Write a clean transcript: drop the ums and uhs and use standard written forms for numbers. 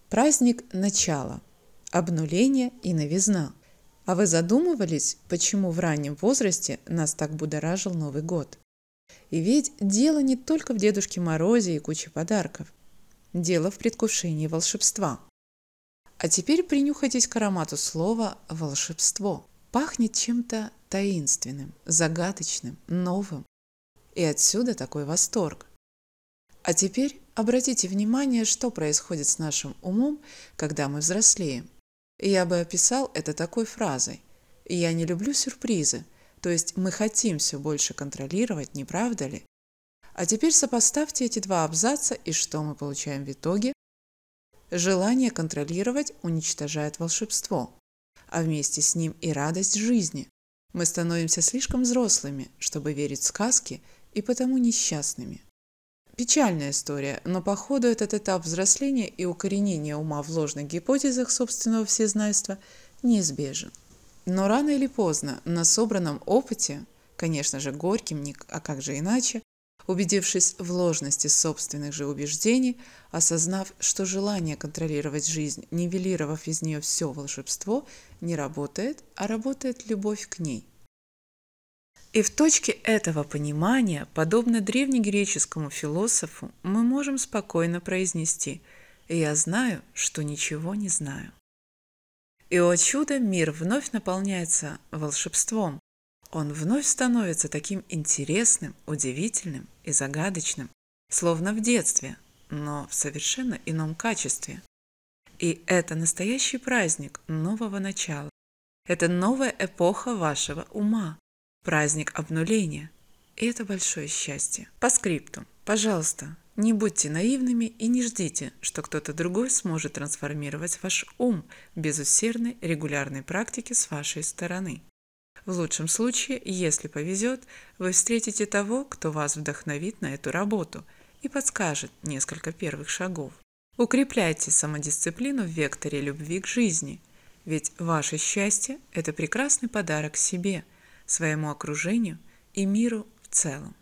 Праздник начала, обнуление и новизна. А вы задумывались, почему в раннем возрасте нас так будоражил Новый год? И ведь дело не только в Дедушке Морозе и куче подарков. Дело в предвкушении волшебства. А теперь принюхайтесь к аромату слова «волшебство». Пахнет чем-то таинственным, загадочным, новым. И отсюда такой восторг. А теперь обратите внимание, что происходит с нашим умом, когда мы взрослеем. Я бы описал это такой фразой: «Я не люблю сюрпризы», то есть мы хотим все больше контролировать, не правда ли? А теперь сопоставьте эти два абзаца, и что мы получаем в итоге? Желание контролировать уничтожает волшебство, а вместе с ним и радость жизни. Мы становимся слишком взрослыми, чтобы верить в сказки, и потому несчастными. Печальная история, но походу этот этап взросления и укоренения ума в ложных гипотезах собственного всезнайства неизбежен. Но рано или поздно на собранном опыте, конечно же горьким, а как же иначе, убедившись в ложности собственных же убеждений, осознав, что желание контролировать жизнь, нивелировав из нее все волшебство, не работает, а работает любовь к ней. И в точке этого понимания, подобно древнегреческому философу, мы можем спокойно произнести: «Я знаю, что ничего не знаю». И, о чудо, мир вновь наполняется волшебством. Он вновь становится таким интересным, удивительным и загадочным, словно в детстве, но в совершенно ином качестве. И это настоящий праздник нового начала. Это новая эпоха вашего ума. Праздник обнуления. И это большое счастье. По скрипту. Пожалуйста, не будьте наивными и не ждите, что кто-то другой сможет трансформировать ваш ум без усердной регулярной практики с вашей стороны. В лучшем случае, если повезет, вы встретите того, кто вас вдохновит на эту работу и подскажет несколько первых шагов. Укрепляйте самодисциплину в векторе любви к жизни, ведь ваше счастье – это прекрасный подарок себе, своему окружению и миру в целом.